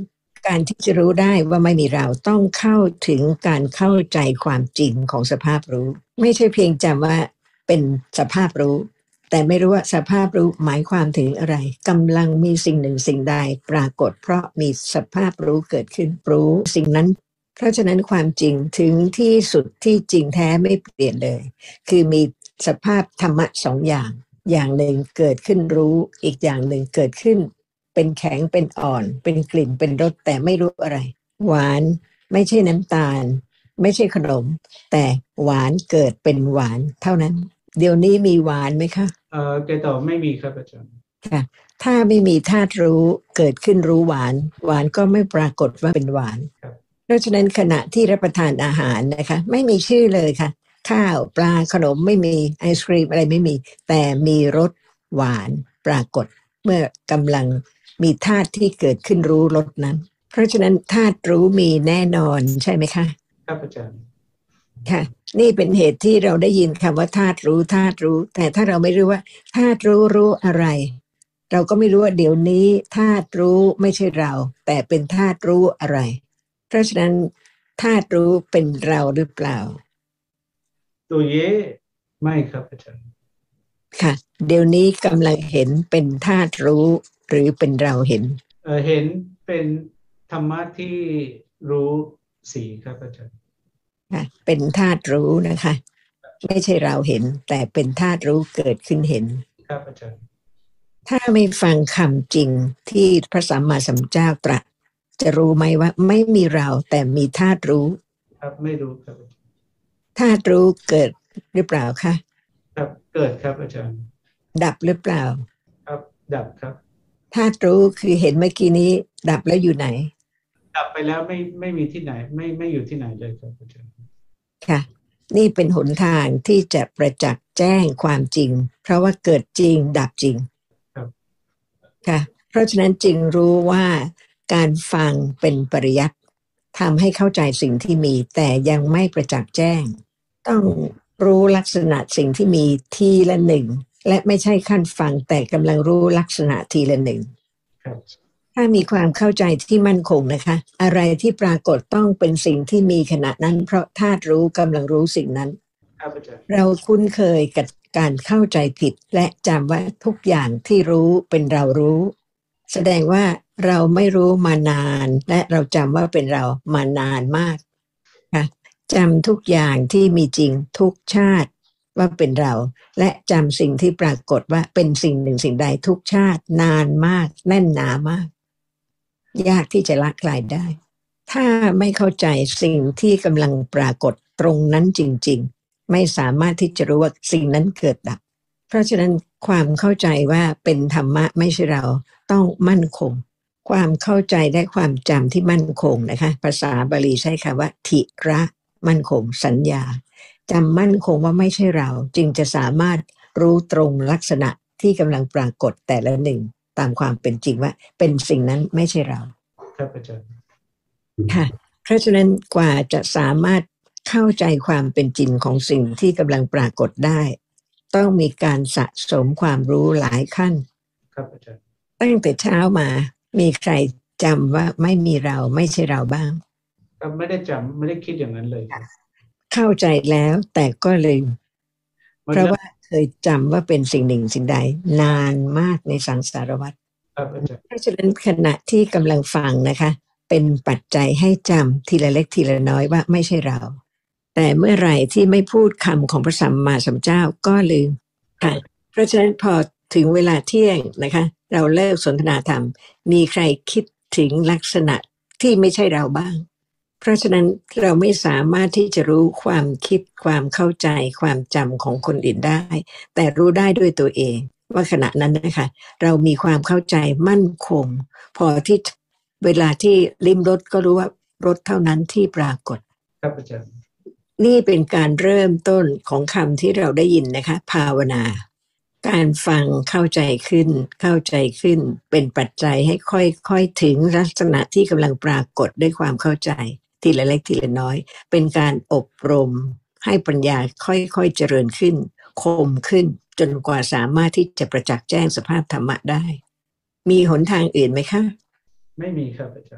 การที่จะรู้ได้ว่าไม่มีเราต้องเข้าถึงการเข้าใจความจริงของสภาพรู้ไม่ใช่เพียงจำว่าเป็นสภาพรู้แต่ไม่รู้ว่าสภาพรู้หมายความถึงอะไรกำลังมีสิ่งหนึ่งสิ่งใดปรากฏเพราะมีสภาพรู้เกิดขึ้นรู้สิ่งนั้นเพราะฉะนั้นความจริงถึงที่สุดที่จริงแท้ไม่เปลี่ยนเลยคือมีสภาพธรรมะสองอย่างอย่างหนึ่งเกิดขึ้นรู้อีกอย่างหนึ่งเกิดขึ้นเป็นแข็งเป็นอ่อนเป็นกลิ่นเป็นรสแต่ไม่รู้อะไรหวานไม่ใช่น้ำตาลไม่ใช่ขนมแต่หวานเกิดเป็นหวานเท่านั้นเดี๋ยวนี้มีหวานไหมคะเออแกตอบไม่มีครับอาจารย์ค่ะถ้าไม่มีธาตุรู้เกิดขึ้นรู้หวานหวานก็ไม่ปรากฏว่าเป็นหวานเพราะฉะนั้นขณะที่รับประทานอาหารนะคะไม่มีชื่อเลยค่ะข้าวปลาขนมไม่มีไอศกรีมอะไรไม่มีแต่มีรสหวานปรากฏเมื่อกำลังมีธาตุที่เกิดขึ้นรู้รสนั้นเพราะฉะนั้นธาตุรู้มีแน่นอนใช่ไหมคะครับอาจารย์ค่ะนี่เป็นเหตุที่เราได้ยินคำว่าธาตุรู้ธาตุรู้แต่ถ้าเราไม่รู้ว่าธาตุรู้รู้อะไรเราก็ไม่รู้ว่าเดี๋ยวนี้ธาตุรู้ไม่ใช่เราแต่เป็นธาตุรู้อะไรเพราะฉะนั้นธาตุรู้เป็นเราหรือเปล่าตัวเย่ไม่ครับอาจารย์ค่ะเดี๋ยวนี้กำลังเห็นเป็นธาตุรู้หรือเป็นเราเห็นเออเห็นเป็นธรรมะที่รู้สีครับอาจารย์ค่ะเป็นธาตุรู้นะคะไม่ใช่เราเห็นแต่เป็นธาตุรู้เกิดขึ้นเห็นครับอาจารย์ถ้าไม่ฟังคำจริงที่พระสัมมาสัมพุทธเจ้าตรัสจะรู้ไหมว่าไม่มีเราแต่มีธาตุรู้ครับไม่รู้ครับธาตุรู้เกิดหรือเปล่าคะครับเกิดครับอาจารย์ดับหรือเปล่าครับดับครับธาตุรู้คือเห็นเมื่อกี้นี้ดับแล้วอยู่ไหนดับไปแล้วไม่ไม่มีที่ไหนไม่ไม่อยู่ที่ไหนเลยครับอาจารย์ค่ะนี่เป็นหนทางที่จะประจักษ์แจ้งความจริงเพราะว่าเกิดจริงดับจริงครับค่ะเพราะฉะนั้นจึงรู้ว่าการฟังเป็นปริยัติทำให้เข้าใจสิ่งที่มีแต่ยังไม่ประจักษ์แจ้งต้องรู้ลักษณะสิ่งที่มีทีละหนึ่งและไม่ใช่ขั้นฟังแต่กำลังรู้ลักษณะทีละหนึ่งถ้ามีความเข้าใจที่มั่นคงนะคะอะไรที่ปรากฏต้องเป็นสิ่งที่มีขณะนั้นเพราะธาตุรู้กำลังรู้สิ่งนั้นเราคุ้นเคยกับการเข้าใจผิดและจำว่าทุกอย่างที่รู้เป็นเรารู้แสดงว่าเราไม่รู้มานานและเราจำว่าเป็นเรามานานมากค่ะจำทุกอย่างที่มีจริงทุกชาติว่าเป็นเราและจำสิ่งที่ปรากฏว่าเป็นสิ่งหนึ่งสิ่งใดทุกชาตินานมากแน่นหนามากยากที่จะละคลายได้ถ้าไม่เข้าใจสิ่งที่กำลังปรากฏตรงนั้นจริงๆไม่สามารถที่จะรู้ว่าสิ่งนั้นเกิดดับเพราะฉะนั้นความเข้าใจว่าเป็นธรรมะไม่ใช่เราต้องมั่นคงความเข้าใจและความจำที่มั่นคงนะคะภาษาบาลีใช้คำว่าทิระมั่นคงสัญญาจำมั่นคงว่าไม่ใช่เราจึงจะสามารถรู้ตรงลักษณะที่กำลังปรากฏแต่ละหนึ่งตามความเป็นจริงว่าเป็นสิ่งนั้นไม่ใช่เราครับอาจารย์ค่ะเพราะฉะนั้นกว่าจะสามารถเข้าใจความเป็นจริงของสิ่งที่กำลังปรากฏได้ต้องมีการสะสมความรู้หลายขั้นครับอาจารย์ตั้งแต่เช้ามามีใครจำว่าไม่มีเราไม่ใช่เราบ้างครับไม่ได้จำไม่ได้คิดอย่างนั้นเลยเข้าใจแล้วแต่ก็ลืมเพราะว่าเคยจำว่าเป็นสิ่งหนึ่งสิ่งใดนานมากในสังสารวัฏเพราะฉะนั้นขณะที่กำลังฟังนะคะเป็นปัจจัยให้จำทีละเล็กทีละน้อยว่าไม่ใช่เราแต่เมื่อไหร่ที่ไม่พูดคำของพระสัมมาสัมพุทธเจ้าก็ลืมค่ะเพราะฉะนั้นพอถึงเวลาเที่ยงนะคะเราเลิกสนทนาธรรมมีใครคิดถึงลักษณะที่ไม่ใช่เราบ้างเพราะฉะนั้นเราไม่สามารถที่จะรู้ความคิดความเข้าใจความจำของคนอื่นได้แต่รู้ได้ด้วยตัวเองว่าขณะนั้นนะคะเรามีความเข้าใจมั่นคงพอที่เวลาที่ลิ้มรสก็รู้ว่ารสเท่านั้นที่ปรากฏครับอาจารย์นี่เป็นการเริ่มต้นของคำที่เราได้ยินนะคะภาวนาการฟังเข้าใจขึ้นเข้าใจขึ้นเป็นปัจจัยให้ค่อยๆถึงลักษณะที่กำลังปรากฏด้วยความเข้าใจทีละเล็กทีละน้อยเป็นการอบรมให้ปัญญาค่อยๆเจริญขึ้นคมขึ้นจนกว่าสามารถที่จะประจักษ์แจ้งสภาพธรรมะได้มีหนทางอื่นไหมคะไม่มีครับอาจารย์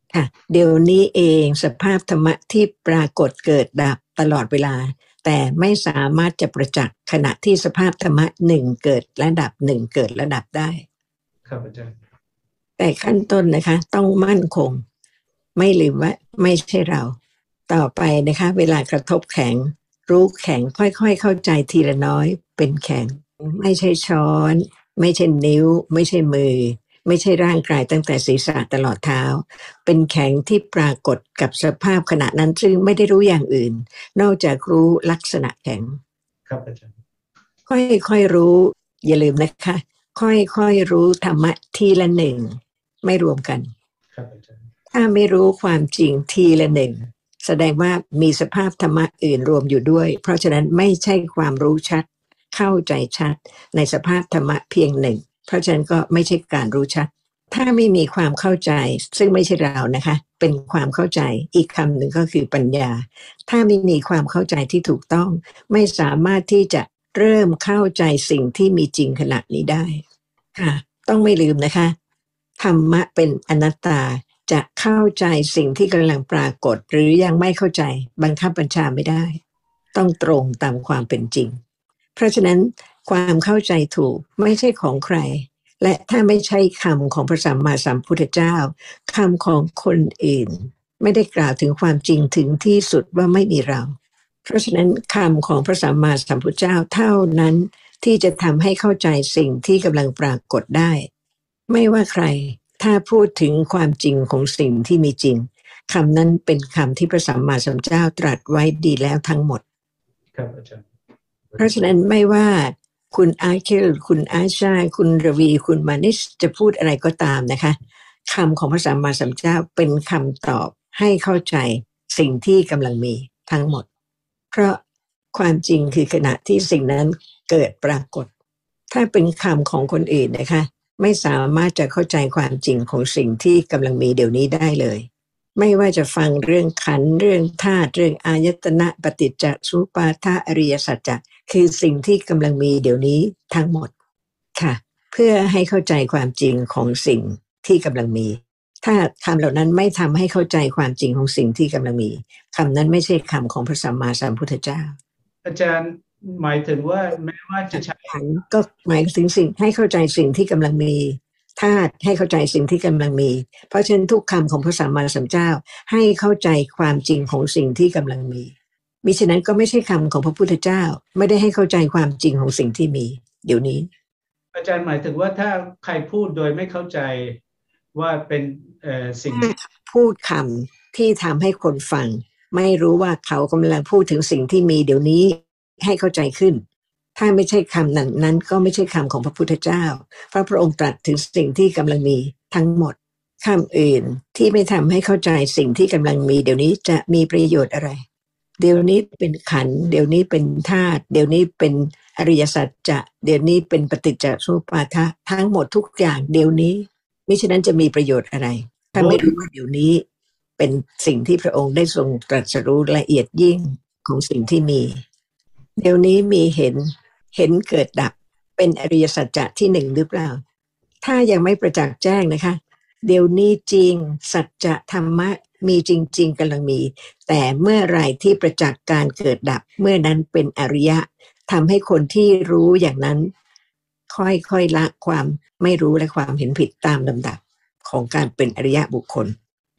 ค่ะเดี๋ยวนี้เองสภาพธรรมะที่ปรากฏเกิดดับตลอดเวลาแต่ไม่สามารถจะประจักษ์ขณะที่สภาพธรรมะหนึ่งเกิดและดับหนึ่งเกิดและดับได้ครับอาจารย์แต่ขั้นต้นนะคะต้องมั่นคงไม่ลืมว่าไม่ใช่เราต่อไปนะคะเวลากระทบแข็งรู้แข็งค่อยๆเข้าใจทีละน้อยเป็นแข็งไม่ใช่ช้อนไม่ใช่นิ้วไม่ใช่มือไม่ใช่ร่างกายตั้งแต่ศีรษะตลอดเท้าเป็นแข็งที่ปรากฏกับสภาพขณะนั้นซึ่งไม่ได้รู้อย่างอื่นนอกจากรู้ลักษณะแข็งครับอาจารย์ค่อยๆรู้อย่าลืมนะคะค่อยๆรู้ธรรมะทีละหนึ่งไม่รวมกันครับอาจารย์ถ้าไม่รู้ความจริงทีละหนึ่งแสดงว่ามีสภาพธรรมะอื่นรวมอยู่ด้วยเพราะฉะนั้นไม่ใช่ความรู้ชัดเข้าใจชัดในสภาพธรรมะเพียงหนึ่งเพราะฉะนั้นก็ไม่ใช่การรู้ชัดถ้าไม่มีความเข้าใจซึ่งไม่ใช่เรานะคะเป็นความเข้าใจอีกคำหนึ่งก็คือปัญญาถ้าไม่มีความเข้าใจที่ถูกต้องไม่สามารถที่จะเริ่มเข้าใจสิ่งที่มีจริงขณะนี้ได้ค่ะต้องไม่ลืมนะคะธรรมะเป็นอนัตตาจะเข้าใจสิ่งที่กำลังปรากฏหรือยังไม่เข้าใจบังคับบัญชาไม่ได้ต้องตรงตามความเป็นจริงเพราะฉะนั้นความเข้าใจถูกไม่ใช่ของใครและถ้าไม่ใช่คำของพระสัมมาสัมพุทธเจ้าคำของคนอื่นไม่ได้กล่าวถึงความจริงถึงที่สุดว่าไม่มีเราเพราะฉะนั้นคำของพระสัมมาสัมพุทธเจ้าเท่านั้นที่จะทำให้เข้าใจสิ่งที่กำลังปรากฏได้ไม่ว่าใครถ้าพูดถึงความจริงของสิ่งที่มีจริงคำนั้นเป็นคำที่พระสัมมาสัมพุทธเจ้าตรัสไว้ดีแล้วทั้งหมดครับอาจารย์เพราะฉะนั้นไม่ว่าคุณอาเคลคุณอาชาคุณรวีคุณมานิชจะพูดอะไรก็ตามนะคะคำของพระสัมมาสัมพุทธเจ้าเป็นคำตอบให้เข้าใจสิ่งที่กำลังมีทั้งหมดเพราะความจริงคือขณะที่สิ่งนั้นเกิดปรากฏถ้าเป็นคำของคนอื่นนะคะไม่สามารถจะเข้าใจความจริงของสิ่งที่กำลังมีเดี๋ยวนี้ได้เลยไม่ว่าจะฟังเรื่องขันธ์เรื่องธาตุเรื่องอายตนะปฏิจจสมุปบาทอริยสัจจะคือสิ่งที่กำลังมีเดี๋ยวนี้ทั้งหมดค่ะเพื่อให้เข้าใจความจริงของสิ่งที่กำลังมีถ้าคำเหล่านั้นไม่ทำให้เข้าใจความจริงของสิ่งที่กำลังมีคำนั้นไม่ใช่คำของพระสัมมาสัมพุทธเจ้าอาจารย์หมายถึงว่าแม้ว่าจะใช้ขันธ์ก็หมายถึงสิ่งให้เข้าใจสิ่งที่กำลังมีธาตุให้เข้าใจสิ่งที่กำลังมีเพราะฉะนั้นทุกคำของพระสัมมาสัมพุทธเจ้าให้เข้าใจความจริงของสิ่งที่กำลังมีมิฉะนั้นก็ไม่ใช่คำของพระพุทธเจ้าไม่ได้ให้เข้าใจความจริงของสิ่งที่มีเดี๋ยวนี้อาจารย์หมายถึงว่าถ้าใครพูดโดยไม่เข้าใจว่าเป็นเอ่อสิ่งที่พูดคำที่ทำให้คนฟังไม่รู้ว่าเขากำลังพูดถึงสิ่งที่มีเดี๋ยวนี้ให้เข้าใจขึ้นถ้าไม่ใช่คำนั้นนั้นก็ไม่ใช่คำของพระพุทธเจ้าเพราะพระองค์ตรัสถึงสิ่งที่กำลังมีทั้งหมดคำอื่นที่ไม่ทำให้เข้าใจสิ่งที่กำลังมีเดี๋ยวนี้จะมีประโยชน์อะไรเดี๋ยวนี้เป็นขันธ์เดี๋ยวนี้เป็นธาตุเดี๋ยวนี้เป็นอริยสัจจะเดี๋ยวนี้เป็นปฏิจจสมุปบาททั้งหมดทุกอย่างเดี๋ยวนี้มิฉะนั้นจะมีประโยชน์อะไรถ้าไม่รู้ว่าเดี๋ยวนี้เป็นสิ่งที่พระองค์ได้ทรงตรัสรู้ละเอียดยิ่งของสิ่งที่มีเดี๋ยวนี้มีเห็นเห็นเกิดดับเป็นอริยสัจจะที่หนึ่งหรือเปล่าถ้ายังไม่ประจักษ์แจ้งนะคะเดี๋ยวนี้จริงสัจจะธรรมะมีจริงๆกำลังมีแต่เมื่อไรที่ประจักษ์การเกิดดับเมื่อนั้นเป็นอริยะทำให้คนที่รู้อย่างนั้นค่อยๆละความไม่รู้และความเห็นผิดตามลำดับของการเป็นอริยะบุคคล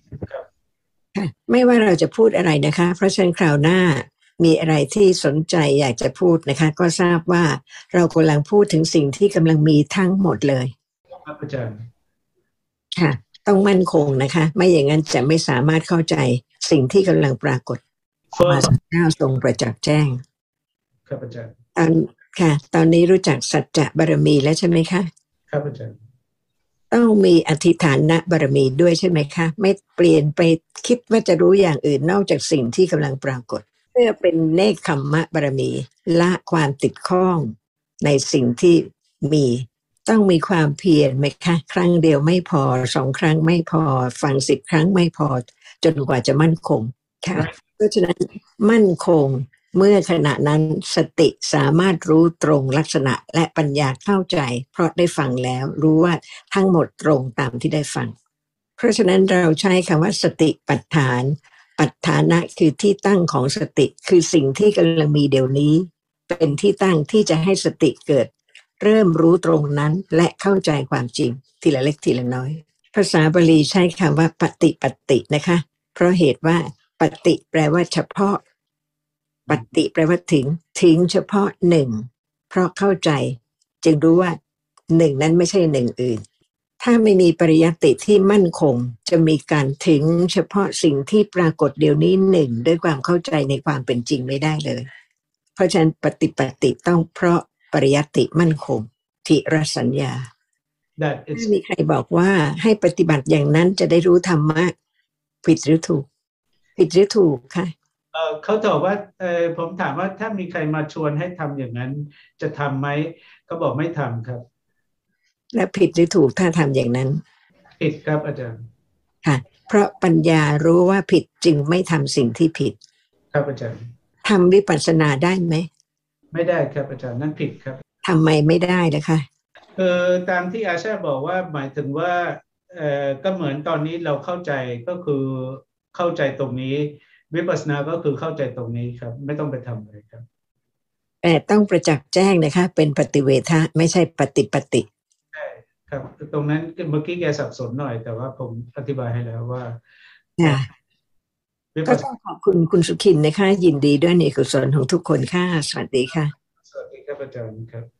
ไม่ว่าเราจะพูดอะไรนะคะเพราะฉะนั้นคราวหน้ามีอะไรที่สนใจอยากจะพูดนะคะก็ทราบว่าเรากำลังพูดถึงสิ่งที่กำลังมีทั้งหมดเลยครับอาจารย์ค่ะต้องมั่นคงนะคะไม่อย่างนั้นจะไม่สามารถเข้าใจสิ่งที่กำลังปรากฏมาสัจจะทรงประจักษ์แจ้งครับอาจารย์ตอนค่ะตอนนี้รู้จักสัจจะบารมีแล้วใช่ไหมคะครับอาจารย์ต้องมีอธิฐานบารมีด้วยใช่ไหมคะไม่เปลี่ยนไปคิดว่าจะรู้อย่างอื่นนอกจากสิ่งที่กำลังปรากฏเพื่อเป็นเนกขัมมะบารมีละความติดข้องในสิ่งที่มีต้องมีความเพียรไหมคะครั้งเดียวไม่พอสองครั้งไม่พอฟังสิบครั้งไม่พอจนกว่าจะมั่นคงค่ะเพราะฉะนั้นมั่นคงเมื่อขณะนั้นสติสามารถรู้ตรงลักษณะและปัญญาเข้าใจเพราะได้ฟังแล้วรู้ว่าทั้งหมดตรงตามที่ได้ฟังเพราะฉะนั้นเราใช้คำว่าสติปัฏฐานปัฏฐานะคือที่ตั้งของสติคือสิ่งที่กำลังมีเดี๋ยวนี้เป็นที่ตั้งที่จะให้สติเกิดเริ่มรู้ตรงนั้นและเข้าใจความจริงทีละเล็กทีละน้อยภาษาบาลีใช้คำว่าปฏิปฏินะคะเพราะเหตุว่าปฏิแปลว่าเฉพาะปฏิแปลว่าถึงถึงเฉพาะหนึ่งเพราะเข้าใจจึงรู้ว่าหนึ่งนั้นไม่ใช่หนึ่งอื่นถ้าไม่มีปริยัติที่มั่นคงจะมีการถึงเฉพาะสิ่งที่ปรากฏเดี๋ยวนี้หนึ่งด้วยความเข้าใจในความเป็นจริงไม่ได้เลยเพราะฉะนั้นปฏิปฏิต้องเพราะปริยัติมั่นคงทิรสัญญาถ้ามีใครบอกว่าให้ปฏิบัติอย่างนั้นจะได้รู้ธรรมะผิดหรือถูกผิดหรือถูกค่ะเออเขาตอบว่าเออผมถามว่าถ้ามีใครมาชวนให้ทำอย่างนั้นจะทำไหมเขาบอกไม่ทำครับและผิดหรือถูกถ้าทำอย่างนั้นผิดครับอาจารย์ค่ะเพราะปัญญารู้ว่าผิดจึงไม่ทำสิ่งที่ผิดครับอาจารย์ทำวิปัสสนาได้ไหมไม่ได้ครับอาจารย์นั่นผิดครับทำไมไม่ได้นะคะคือตามที่อาชาบอกว่าหมายถึงว่าเออก็เหมือนตอนนี้เราเข้าใจก็คือเข้าใจตรงนี้วิปัสสนาก็คือเข้าใจตรงนี้ครับไม่ต้องไปทำอะไรครับแต่ต้องประจักษ์แจ้งนะคะเป็นปฏิเวทะไม่ใช่ปฏิปฏิใช่ครับตรงนั้นเมื่อกี้แกสับสนหน่อยแต่ว่าผมอธิบายให้แล้วว่าก็ต้องขอบคุณคุณสุขินนะคะยินดีด้วยในกุศลของทุกคนค่ะสวัสดีค่ะสวัสดีครับอาจารย์ครับ